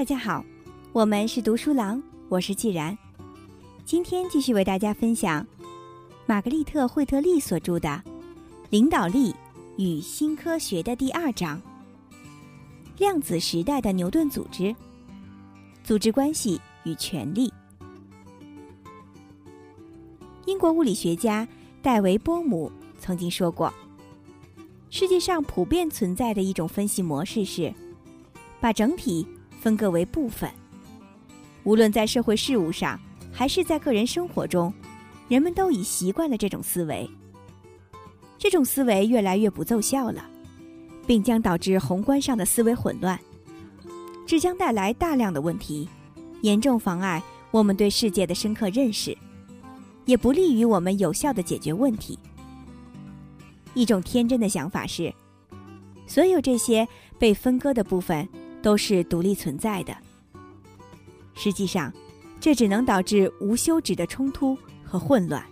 大家好，我们是读书郎，我是既然。今天继续为大家分享玛格丽特·惠特利所著的《领导力与新科学》的第2章：量子时代的牛顿组织、组织关系与权力。英国物理学家戴维·波姆曾经说过，世界上普遍存在的一种分析模式是把整体分割为部分。无论在社会事务上还是在个人生活中，人们都已习惯了这种思维。这种思维越来越不奏效了，并将导致宏观上的思维混乱，这将带来大量的问题，严重妨碍我们对世界的深刻认识，也不利于我们有效地解决问题。一种天真的想法是，所有这些被分割的部分都是独立存在的。实际上，这只能导致无休止的冲突和混乱。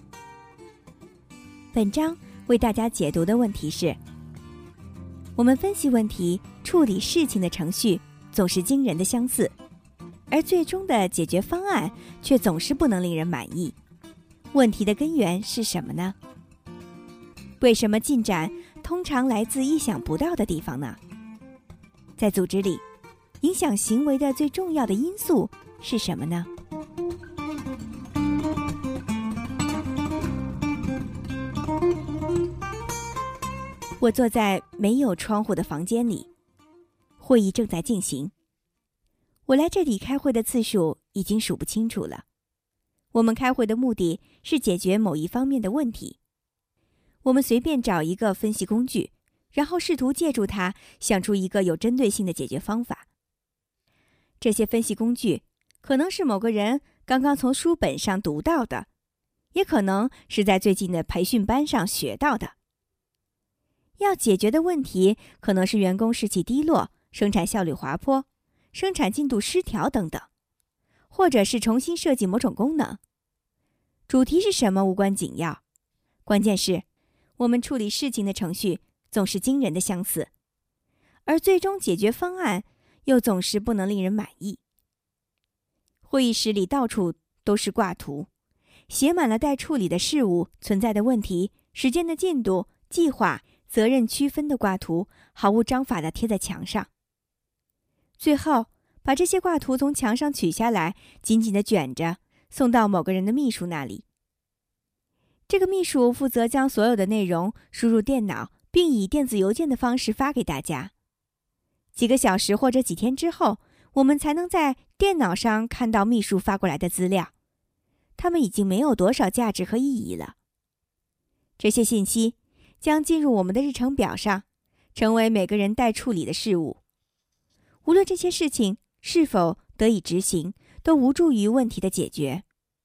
本章为大家解读的问题是：我们分析问题、处理事情的程序总是惊人的相似，而最终的解决方案却总是不能令人满意。问题的根源是什么呢？为什么进展通常来自意想不到的地方呢？在组织里，影响行为的最重要的因素是什么呢？我坐在没有窗户的房间里，会议正在进行。我来这里开会的次数已经数不清楚了。我们开会的目的是解决某一方面的问题。我们随便找一个分析工具，然后试图借助它想出一个有针对性的解决方法。这些分析工具可能是某个人刚刚从书本上读到的，也可能是在最近的培训班上学到的。要解决的问题可能是员工士气低落、生产效率滑坡、生产进度失调等等，或者是重新设计某种功能。主题是什么无关紧要，关键是我们处理事情的程序总是惊人的相似，而最终解决方案又总是不能令人满意。会议室里到处都是挂图，写满了待处理的事物、存在的问题、时间的进度、计划、责任区分的挂图，毫无章法地贴在墙上。最后，把这些挂图从墙上取下来，紧紧地卷着，送到某个人的秘书那里。这个秘书负责将所有的内容输入电脑，并以电子邮件的方式发给大家。几个小时或者几天之后，我们才能在电脑上看到秘书发过来的资料，它们已经没有多少价值和意义了。这些信息将进入我们的日程表上，成为每个人待处理的事务。无论这些事情是否得以执行，都无助于问题的解决。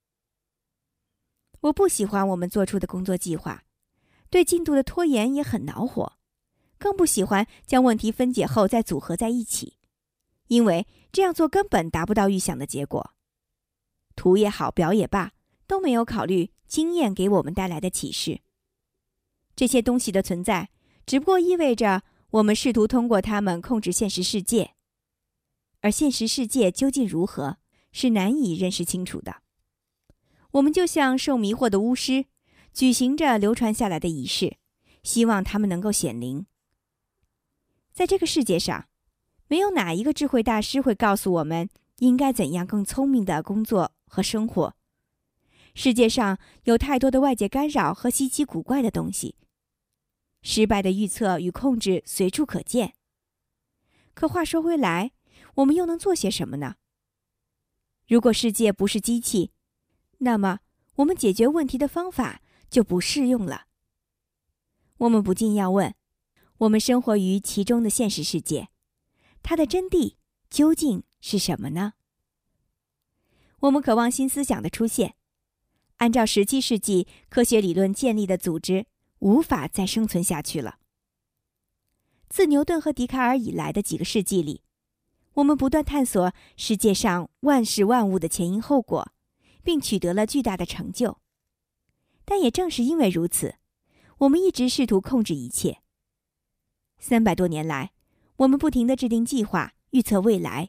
我不喜欢我们做出的工作计划，对进度的拖延也很恼火，更不喜欢将问题分解后再组合在一起，因为这样做根本达不到预想的结果。图也好，表也罢，都没有考虑经验给我们带来的启示。这些东西的存在，只不过意味着我们试图通过它们控制现实世界，而现实世界究竟如何，是难以认识清楚的。我们就像受迷惑的巫师，举行着流传下来的仪式，希望他们能够显灵。在这个世界上，没有哪一个智慧大师会告诉我们应该怎样更聪明地工作和生活。世界上有太多的外界干扰和稀奇古怪的东西，失败的预测与控制随处可见。可话说回来，我们又能做些什么呢？如果世界不是机器，那么我们解决问题的方法就不适用了。我们不禁要问，我们生活于其中的现实世界，它的真谛究竟是什么呢？我们渴望新思想的出现。按照17世纪科学理论建立的组织无法再生存下去了。自牛顿和笛卡尔以来的几个世纪里，我们不断探索世界上万事万物的前因后果，并取得了巨大的成就。但也正是因为如此，我们一直试图控制一切。300多年来，我们不停地制定计划，预测未来，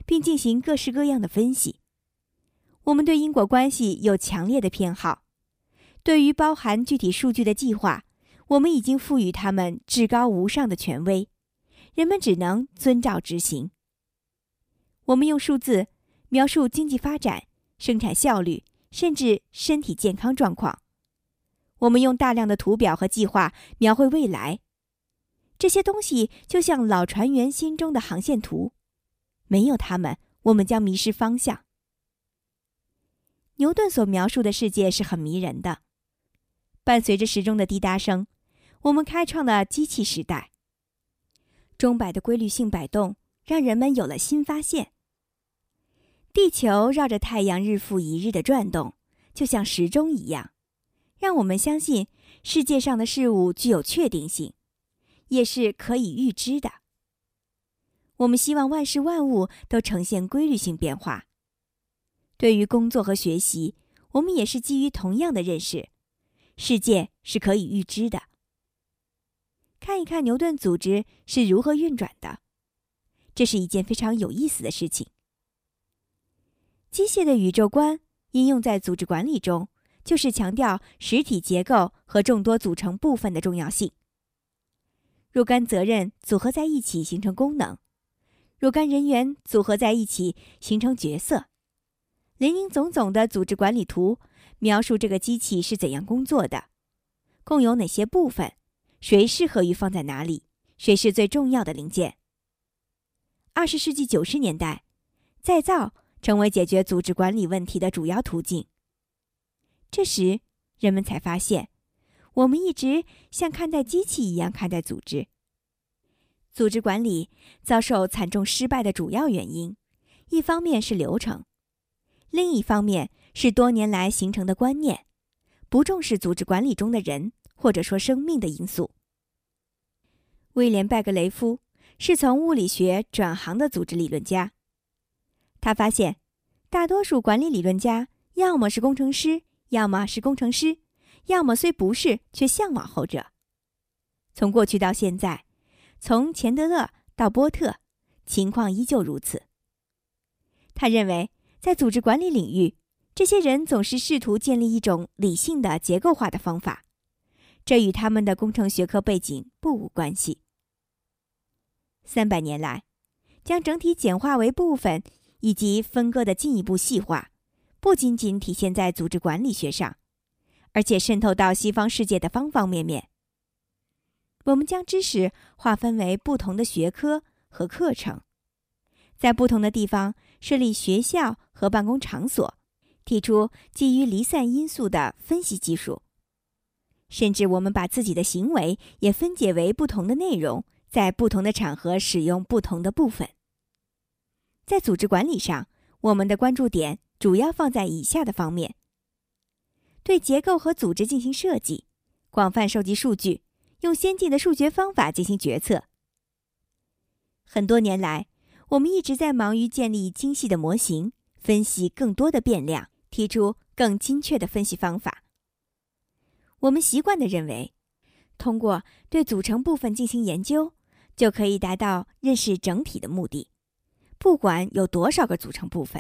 并进行各式各样的分析。我们对因果关系有强烈的偏好，对于包含具体数据的计划，我们已经赋予他们至高无上的权威，人们只能遵照执行。我们用数字描述经济发展、生产效率，甚至身体健康状况。我们用大量的图表和计划描绘未来。这些东西就像老船员心中的航线图，没有它们，我们将迷失方向。牛顿所描述的世界是很迷人的。伴随着时钟的滴答声，我们开创了机器时代。钟摆的规律性摆动让人们有了新发现。地球绕着太阳日复一日的转动，就像时钟一样，让我们相信世界上的事物具有确定性，也是可以预知的。我们希望万事万物都呈现规律性变化。对于工作和学习，我们也是基于同样的认识，世界是可以预知的。看一看牛顿组织是如何运转的，这是一件非常有意思的事情。机械的宇宙观应用在组织管理中，就是强调实体结构和众多组成部分的重要性。若干责任组合在一起形成功能，若干人员组合在一起形成角色。林林总总的组织管理图描述这个机器是怎样工作的，共有哪些部分，谁适合于放在哪里，谁是最重要的零件。20世纪90年代，再造成为解决组织管理问题的主要途径。这时，人们才发现，我们一直像看待机器一样看待组织。组织管理遭受惨重失败的主要原因，一方面是流程，另一方面是多年来形成的观念，不重视组织管理中的人或者说生命的因素。威廉·拜格雷夫是从物理学转行的组织理论家。他发现，大多数管理理论家要么是工程师，要么是工程师，要么虽不是，却向往后者。从过去到现在，从钱德勒到波特，情况依旧如此。他认为，在组织管理领域，这些人总是试图建立一种理性的结构化的方法，这与他们的工程学科背景不无关系。300年来，将整体简化为部分以及分割的进一步细化，不仅仅体现在组织管理学上，而且渗透到西方世界的方方面面。我们将知识划分为不同的学科和课程，在不同的地方设立学校和办公场所，提出基于离散因素的分析技术。甚至我们把自己的行为也分解为不同的内容，在不同的场合使用不同的部分。在组织管理上，我们的关注点主要放在以下的方面：对结构和组织进行设计，广泛收集数据，用先进的数学方法进行决策。很多年来，我们一直在忙于建立精细的模型，分析更多的变量，提出更精确的分析方法。我们习惯地认为，通过对组成部分进行研究，就可以达到认识整体的目的，不管有多少个组成部分。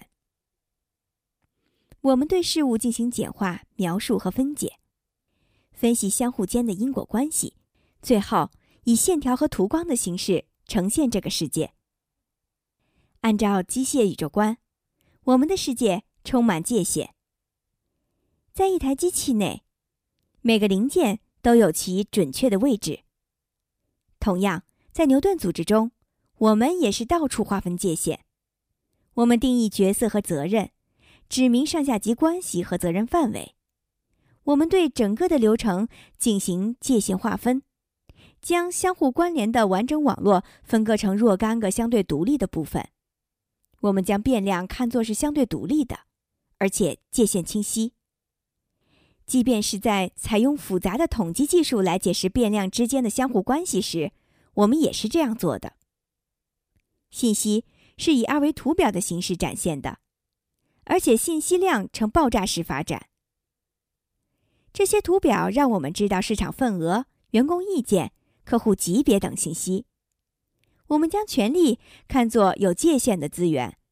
我们对事物进行简化、描述和分解，分析相互间的因果关系，最后以线条和图光的形式呈现这个世界。按照机械宇宙观，我们的世界充满界限。在一台机器内，每个零件都有其准确的位置。同样，在牛顿组织中，我们也是到处划分界限。我们定义角色和责任，指明上下级关系和责任范围。我们对整个的流程进行界限划分，将相互关联的完整网络分割成若干个相对独立的部分。我们将变量看作是相对独立的，而且界限清晰。即便是在采用复杂的统计技术来解释变量之间的相互关系时，我们也是这样做的。信息是以二维图表的形式展现的，而且信息量呈爆炸式发展。这些图表让我们知道市场份额、员工意见、客户级别等信息。我们将权力看作有界限的资源，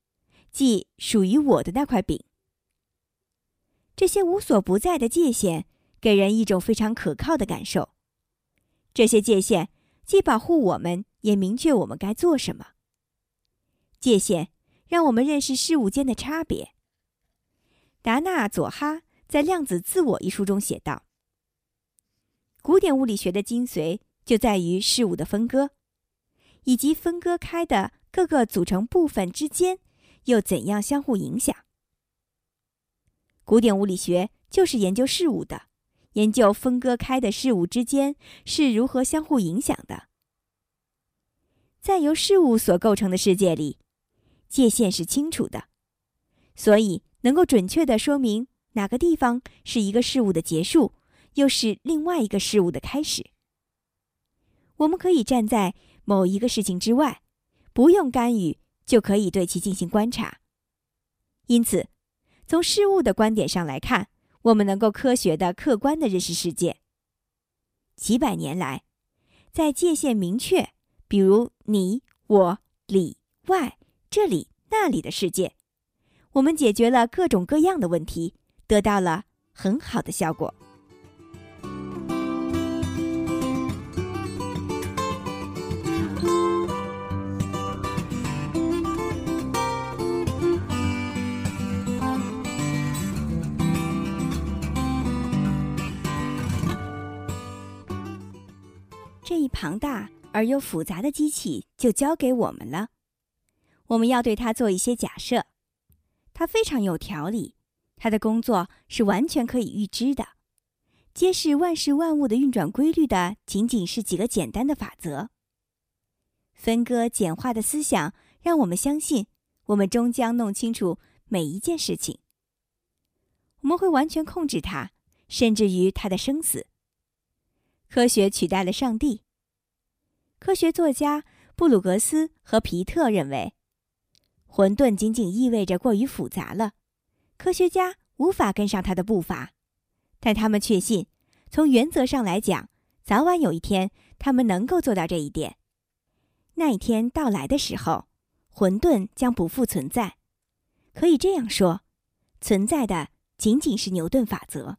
即属于我的那块饼。这些无所不在的界限给人一种非常可靠的感受。这些界限既保护我们，也明确我们该做什么。界限让我们认识事物间的差别。达纳佐哈在《量子自我》一书中写道，古典物理学的精髓就在于事物的分割，以及分割开的各个组成部分之间又怎样相互影响。古典物理学就是研究事物的，研究分割开的事物之间是如何相互影响的。在由事物所构成的世界里，界限是清楚的，所以能够准确地说明哪个地方是一个事物的结束，又是另外一个事物的开始。我们可以站在某一个事情之外，不用干预，就可以对其进行观察。因此，从事物的观点上来看，我们能够科学的、客观地认识世界。几百年来，在界限明确，比如你、我、里、外、这里、那里的世界，我们解决了各种各样的问题，得到了很好的效果。这一庞大而又复杂的机器就交给我们了。我们要对它做一些假设。它非常有条理，它的工作是完全可以预知的。揭示万事万物的运转规律的仅仅是几个简单的法则。分割简化的思想让我们相信，我们终将弄清楚每一件事情。我们会完全控制它，甚至于它的生死。科学取代了上帝。科学作家布鲁格斯和皮特认为，混沌仅仅意味着过于复杂了，科学家无法跟上他的步伐，但他们确信，从原则上来讲，早晚有一天他们能够做到这一点。那一天到来的时候，混沌将不复存在。可以这样说，存在的仅仅是牛顿法则。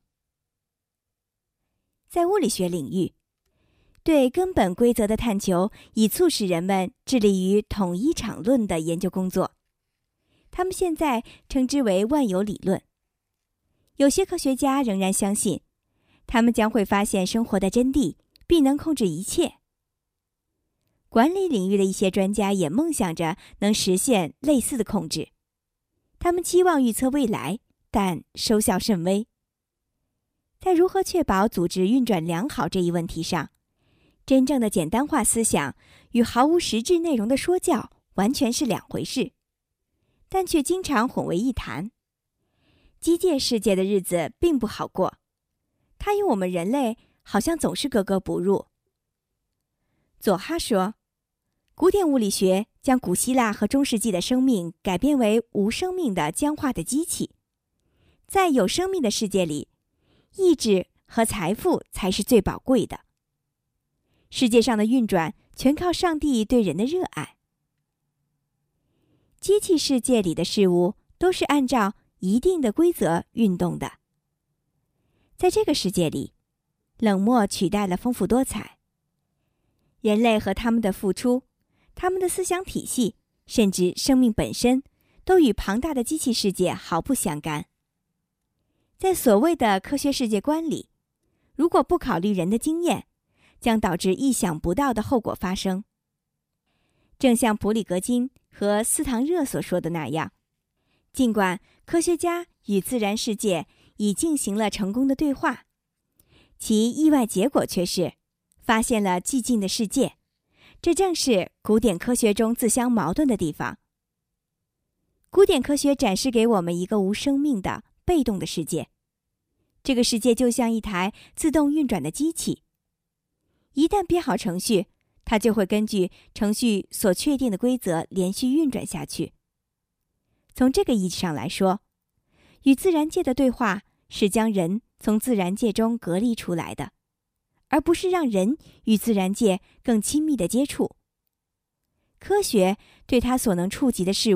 在物理学领域，对根本规则的探求已促使人们致力于统一场论的研究工作。他们现在称之为万有理论。有些科学家仍然相信，他们将会发现生活的真谛，并能控制一切。管理领域的一些专家也梦想着能实现类似的控制。他们期望预测未来，但收效甚微。在如何确保组织运转良好这一问题上，真正的简单化思想与毫无实质内容的说教完全是两回事，但却经常混为一谈。机械世界的日子并不好过，它与我们人类好像总是格格不入。佐哈说，古典物理学将古希腊和中世纪的生命改编为无生命的僵化的机器。在有生命的世界里，意志和财富才是最宝贵的。世界上的运转全靠上帝对人的热爱。机器世界里的事物都是按照一定的规则运动的。在这个世界里，冷漠取代了丰富多彩。人类和他们的付出，他们的思想体系，甚至生命本身，都与庞大的机器世界毫不相干。在所谓的科学世界观里，如果不考虑人的经验，将导致意想不到的后果发生。正像普里格金和斯唐热所说的那样，尽管科学家与自然世界已进行了成功的对话，其意外结果却是发现了寂静的世界。这正是古典科学中自相矛盾的地方。古典科学展示给我们一个无生命的被动的世界，这个世界就像一台自动运转的机器，一旦编好程序，它就会根据程序所确定的规则连续运转下去。从这个意义上来说，与自然界的对话是将人从自然界中隔离出来的，而不是让人与自然界更亲密的接触。科学对它所能触及的事物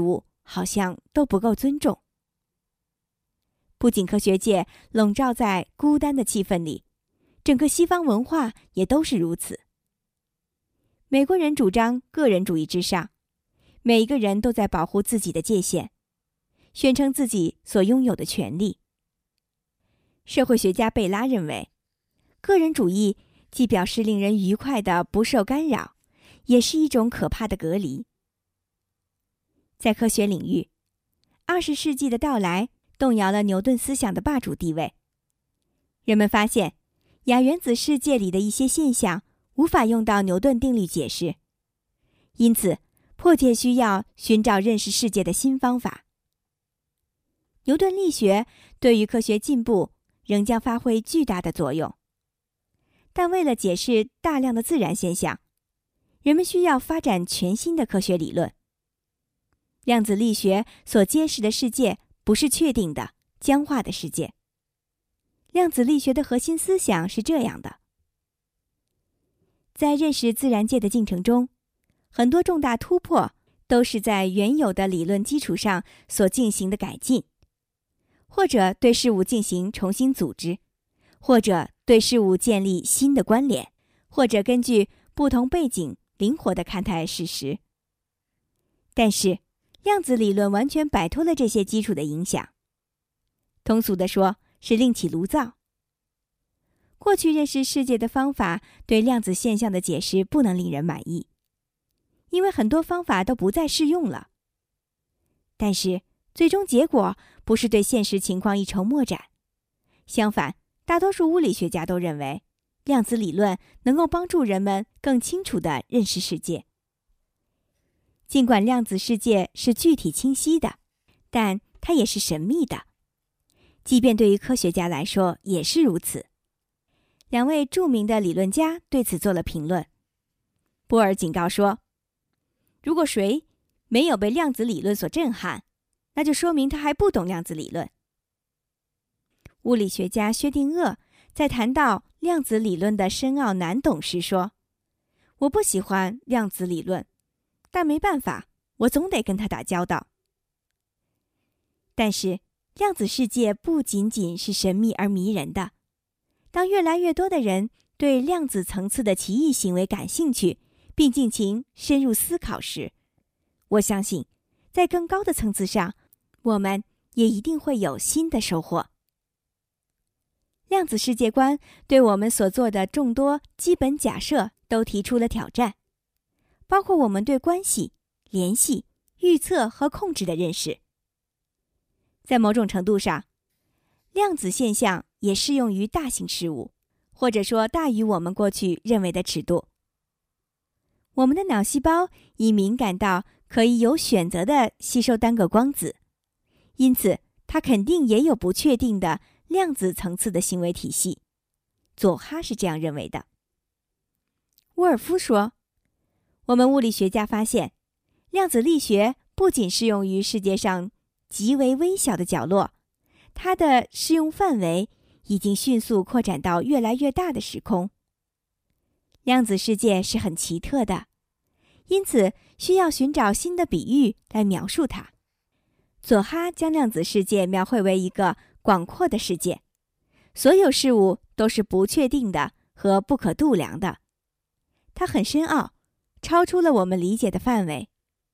好像都不够尊重。不仅科学界笼罩在孤单的气氛里，整个西方文化也都是如此。美国人主张个人主义至上，每一个人都在保护自己的界限，宣称自己所拥有的权利。社会学家贝拉认为，个人主义既表示令人愉快的不受干扰，也是一种可怕的隔离。在科学领域，20世纪的到来动摇了牛顿思想的霸主地位。人们发现，亚原子世界里的一些现象无法用到牛顿定律解释，因此迫切需要寻找认识世界的新方法。牛顿力学对于科学进步仍将发挥巨大的作用，但为了解释大量的自然现象，人们需要发展全新的科学理论。量子力学所揭示的世界不是确定的、僵化的世界。量子力学的核心思想是这样的：在认识自然界的进程中，很多重大突破都是在原有的理论基础上所进行的改进，或者对事物进行重新组织，或者对事物建立新的关联，或者根据不同背景灵活地看待事实。但是量子理论完全摆脱了这些基础的影响，通俗地说，是另起炉灶。过去认识世界的方法对量子现象的解释不能令人满意，因为很多方法都不再适用了。但是最终结果不是对现实情况一筹莫展，相反，大多数物理学家都认为，量子理论能够帮助人们更清楚地认识世界。尽管量子世界是具体清晰的，但它也是神秘的，即便对于科学家来说也是如此。2位著名的理论家对此做了评论。波尔警告说，如果谁没有被量子理论所震撼，那就说明他还不懂量子理论。物理学家薛定谔在谈到量子理论的深奥难懂时说，我不喜欢量子理论，但没办法，我总得跟他打交道。但是量子世界不仅仅是神秘而迷人的，当越来越多的人对量子层次的奇异行为感兴趣，并进行深入思考时，我相信在更高的层次上，我们也一定会有新的收获。量子世界观对我们所做的众多基本假设都提出了挑战，包括我们对关系、联系、预测和控制的认识。在某种程度上，量子现象也适用于大型事物，或者说大于我们过去认为的尺度。我们的脑细胞已敏感到可以有选择地吸收单个光子，因此它肯定也有不确定的量子层次的行为体系。佐哈是这样认为的。沃尔夫说，我们物理学家发现，量子力学不仅适用于世界上极为微小的角落，它的适用范围已经迅速扩展到越来越大的时空。量子世界是很奇特的，因此需要寻找新的比喻来描述它。佐哈将量子世界描绘为一个广阔的世界，所有事物都是不确定的和不可度量的。它很深奥，超出了我们理解的范围。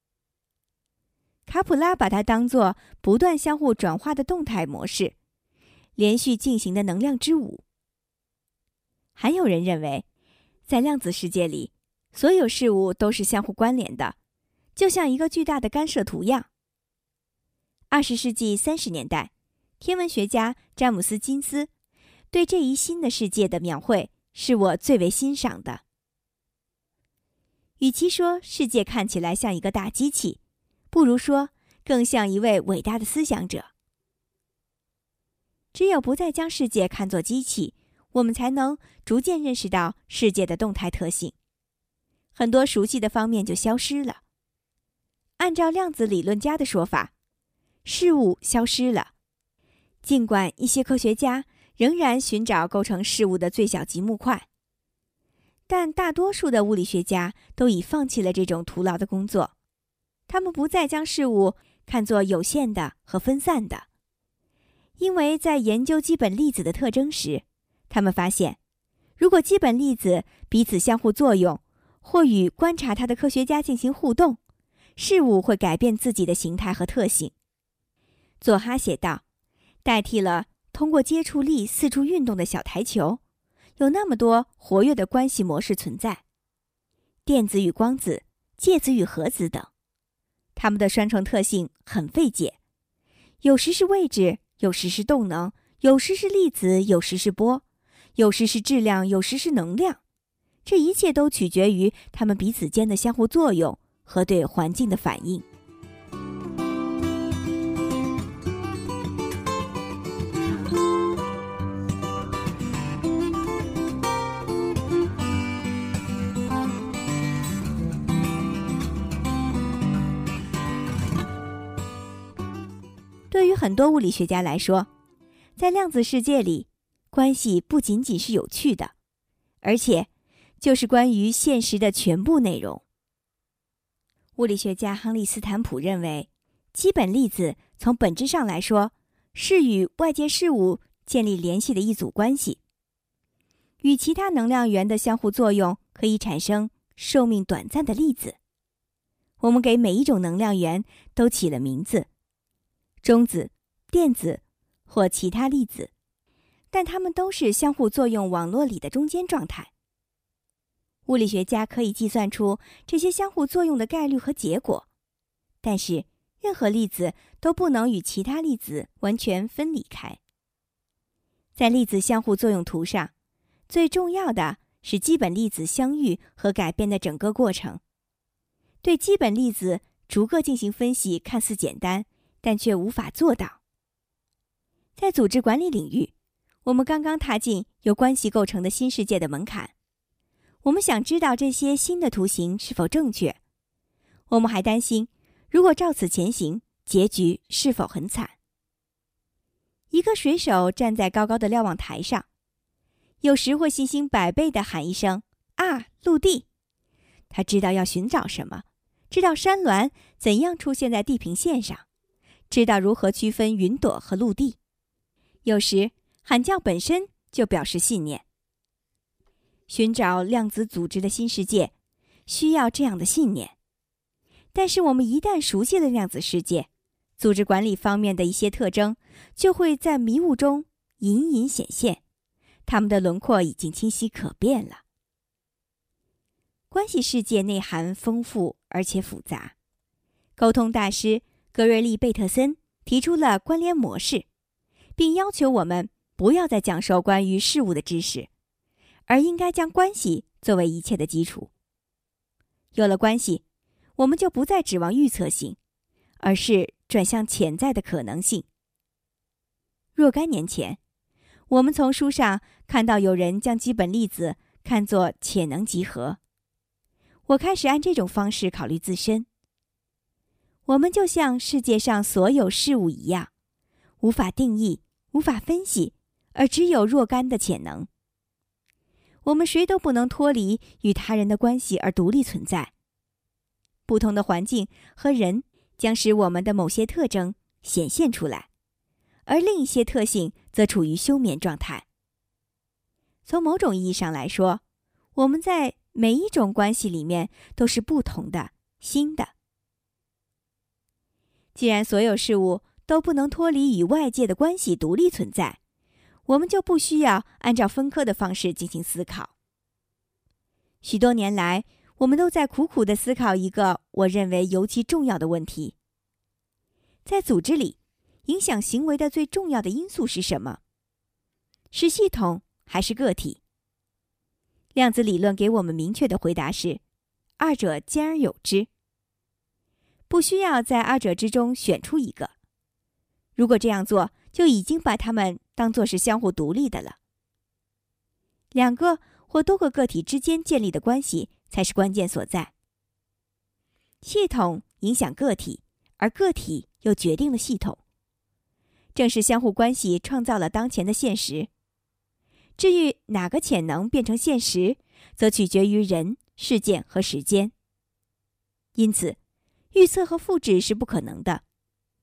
卡普拉把它当作不断相互转化的动态模式，连续进行的能量之舞。还有人认为，在量子世界里，所有事物都是相互关联的，就像一个巨大的干涉图样。20世纪30年代，天文学家詹姆斯·金斯对这一新的世界的描绘是我最为欣赏的。与其说世界看起来像一个大机器，不如说更像一位伟大的思想者。只有不再将世界看作机器，我们才能逐渐认识到世界的动态特性，很多熟悉的方面就消失了。按照量子理论家的说法，事物消失了，尽管一些科学家仍然寻找构成事物的最小极目块，但大多数的物理学家都已放弃了这种徒劳的工作。他们不再将事物看作有限的和分散的。因为在研究基本粒子的特征时，他们发现，如果基本粒子彼此相互作用，或与观察它的科学家进行互动，事物会改变自己的形态和特性。佐哈写道，代替了通过接触力四处运动的小台球，有那么多活跃的关系模式存在。电子与光子、介子与核子等，它们的双重特性很费解，有时是位置，有时是动能，有时是粒子，有时是波，有时是质量，有时是能量。这一切都取决于它们彼此间的相互作用和对环境的反应。对于很多物理学家来说，在量子世界里，关系不仅仅是有趣的，而且就是关于现实的全部内容。物理学家亨利·斯坦普认为，基本粒子从本质上来说，是与外界事物建立联系的一组关系。与其他能量源的相互作用可以产生寿命短暂的粒子。我们给每一种能量源都起了名字，中子、电子或其他粒子，但它们都是相互作用网络里的中间状态。物理学家可以计算出这些相互作用的概率和结果，但是任何粒子都不能与其他粒子完全分离开。在粒子相互作用图上，最重要的是基本粒子相遇和改变的整个过程。对基本粒子逐个进行分析看似简单，但却无法做到。在组织管理领域，我们刚刚踏进由关系构成的新世界的门槛。我们想知道这些新的图形是否正确。我们还担心，如果照此前行，结局是否很惨。一个水手站在高高的瞭望台上，有时会信心百倍地喊一声“啊，陆地！”他知道要寻找什么，知道山峦怎样出现在地平线上，知道如何区分云朵和陆地。有时喊叫本身就表示信念。寻找量子组织的新世界需要这样的信念。但是我们一旦熟悉了量子世界，组织管理方面的一些特征就会在迷雾中隐隐显现，它们的轮廓已经清晰可辨了。关系世界内涵丰富而且复杂。沟通大师格瑞利·贝特森提出了关联模式，并要求我们不要再讲授关于事物的知识，而应该将关系作为一切的基础。有了关系，我们就不再指望预测性，而是转向潜在的可能性。若干年前，我们从书上看到有人将基本粒子看作潜能集合。我开始按这种方式考虑自身。我们就像世界上所有事物一样，无法定义，无法分析，而只有若干的潜能。我们谁都不能脱离与他人的关系而独立存在。不同的环境和人将使我们的某些特征显现出来，而另一些特性则处于休眠状态。从某种意义上来说，我们在每一种关系里面都是不同的、新的。既然所有事物都不能脱离与外界的关系独立存在，我们就不需要按照分科的方式进行思考。许多年来，我们都在苦苦地思考一个我认为尤其重要的问题：在组织里，影响行为的最重要的因素是什么？是系统还是个体？量子理论给我们明确的回答是：二者兼而有之。不需要在二者之中选出一个。如果这样做，就已经把它们当作是相互独立的了。两个或多个个体之间建立的关系才是关键所在。系统影响个体，而个体又决定了系统。正是相互关系创造了当前的现实。至于哪个潜能变成现实，则取决于人、事件和时间。因此，预测和复制是不可能的，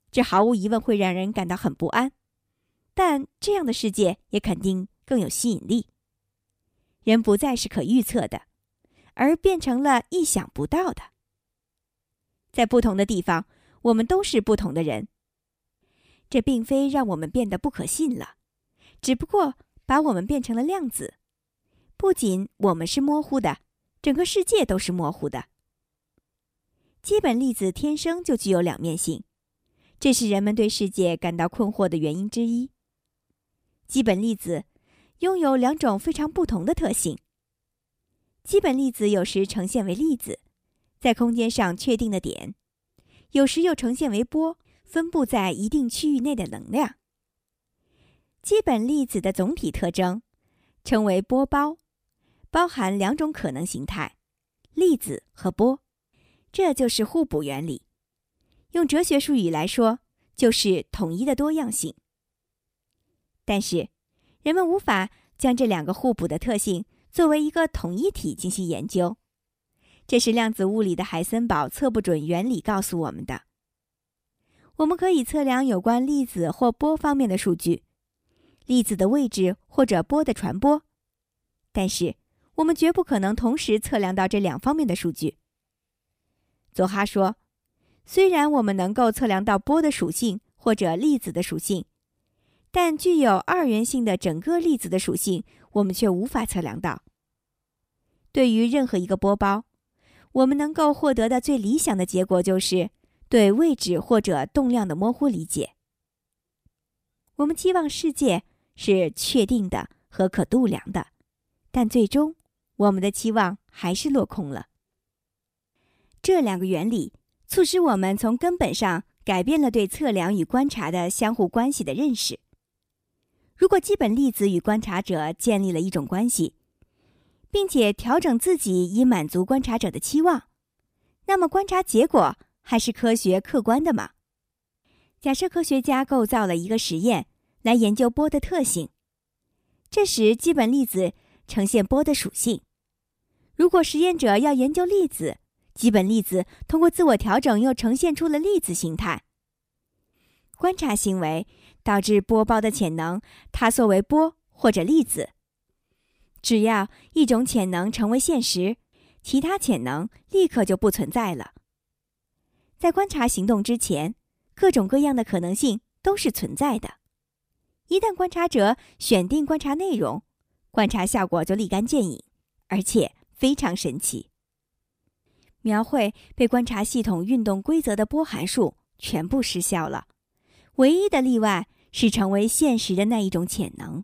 这毫无疑问会让人感到很不安，但这样的世界也肯定更有吸引力。人不再是可预测的，而变成了意想不到的。在不同的地方，我们都是不同的人。这并非让我们变得不可信了，只不过把我们变成了量子。不仅我们是模糊的，整个世界都是模糊的。基本粒子天生就具有两面性，这是人们对世界感到困惑的原因之一。基本粒子拥有两种非常不同的特性。基本粒子有时呈现为粒子，在空间上确定的点，有时又呈现为波，分布在一定区域内的能量。基本粒子的总体特征称为波包，包含两种可能形态，粒子和波，这就是互补原理。用哲学术语来说，就是统一的多样性。但是，人们无法将这两个互补的特性作为一个统一体进行研究，这是量子物理的海森堡测不准原理告诉我们的。我们可以测量有关粒子或波方面的数据，粒子的位置或者波的传播，但是我们绝不可能同时测量到这两方面的数据。佐哈说，虽然我们能够测量到波的属性或者粒子的属性，但具有二元性的整个粒子的属性，我们却无法测量到。对于任何一个波包，我们能够获得的最理想的结果就是对位置或者动量的模糊理解。我们期望世界是确定的和可度量的，但最终我们的期望还是落空了。这两个原理促使我们从根本上改变了对测量与观察的相互关系的认识。如果基本粒子与观察者建立了一种关系，并且调整自己以满足观察者的期望，那么观察结果还是科学客观的吗？假设科学家构造了一个实验来研究波的特性，这时基本粒子呈现波的属性。如果实验者要研究粒子，基本粒子通过自我调整又呈现出了粒子形态。观察行为导致波包的潜能塌缩为波或者粒子。只要一种潜能成为现实，其他潜能立刻就不存在了。在观察行动之前，各种各样的可能性都是存在的。一旦观察者选定观察内容，观察效果就立竿见影，而且非常神奇。描绘被观察系统运动规则的波函数全部失效了，唯一的例外是成为现实的那一种潜能。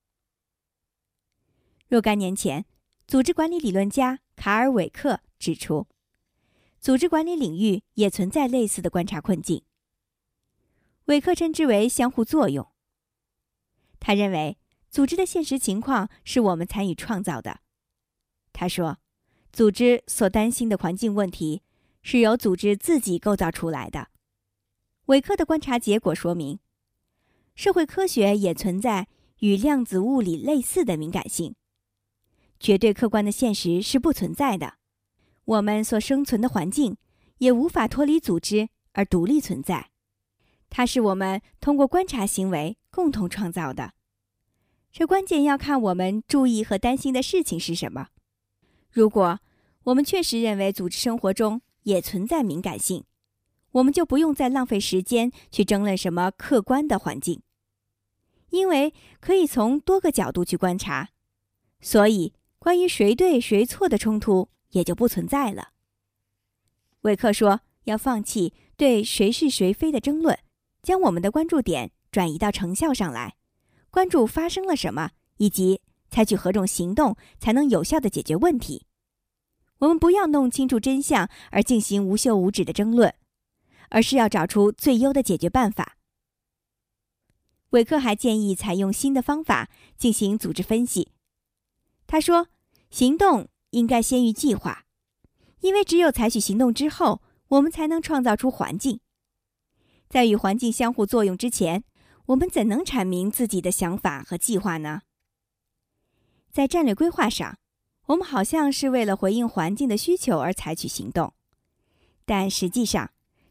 若干年前，组织管理理论家卡尔·韦克指出，组织管理领域也存在类似的观察困境。韦克称之为相互作用。他认为，组织的现实情况是我们参与创造的。他说，组织所担心的环境问题是由组织自己构造出来的。韦克的观察结果说明，社会科学也存在与量子物理类似的敏感性。绝对客观的现实是不存在的，我们所生存的环境也无法脱离组织而独立存在，它是我们通过观察行为共同创造的。这关键要看我们注意和担心的事情是什么。如果我们确实认为组织生活中也存在敏感性，我们就不用再浪费时间去争论什么客观的环境，因为可以从多个角度去观察，所以关于谁对谁错的冲突也就不存在了。韦克说，要放弃对谁是谁非的争论，将我们的关注点转移到成效上来，关注发生了什么，以及采取何种行动才能有效地解决问题。我们不要弄清楚真相而进行无休无止的争论，而是要找出最优的解决办法。韦克还建议采用新的方法进行组织分析。他说，行动应该先于计划，因为只有采取行动之后，我们才能创造出环境。在与环境相互作用之前，我们怎能阐明自己的想法和计划呢？在战略规划上，我们好像是为了回应环境的需求而采取行动，但实际上，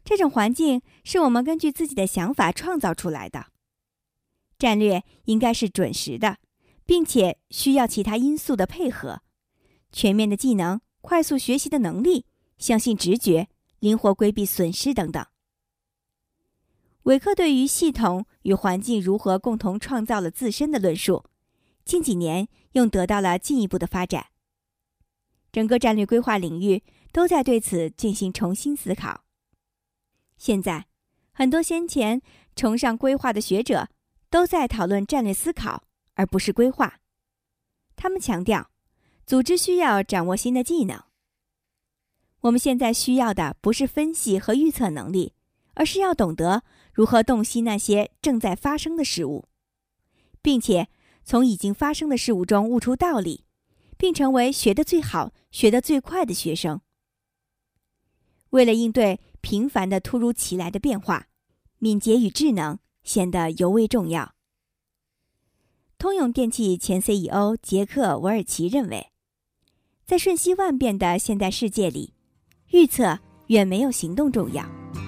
这种环境是我们根据自己的想法创造出来的。战略应该是准时的，并且需要其他因素的配合，全面的技能、快速学习的能力、相信直觉、灵活规避损失等等。韦克对于系统与环境如何共同创造了自身的论述，近几年又得到了进一步的发展。整个战略规划领域都在对此进行重新思考。现在，很多先前崇尚规划的学者都在讨论战略思考，而不是规划。他们强调，组织需要掌握新的技能。我们现在需要的不是分析和预测能力，而是要懂得如何洞悉那些正在发生的事物，并且从已经发生的事物中悟出道理，并成为学得最好、学得最快的学生。为了应对频繁的突如其来的变化，敏捷与智能显得尤为重要。通用电气前 CEO 杰克·韦尔奇认为，在瞬息万变的现代世界里，预测远没有行动重要。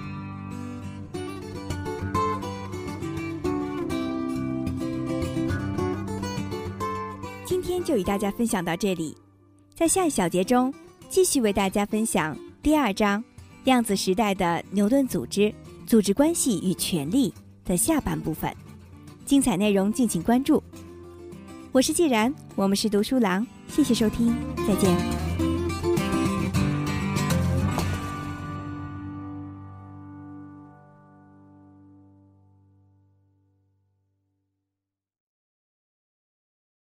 今天就与大家分享到这里，在下一小节中继续为大家分享第2章量子时代的牛顿组织、组织关系与权力的下半部分。精彩内容敬请关注。我是既然，我们是读书郎，谢谢收听，再见。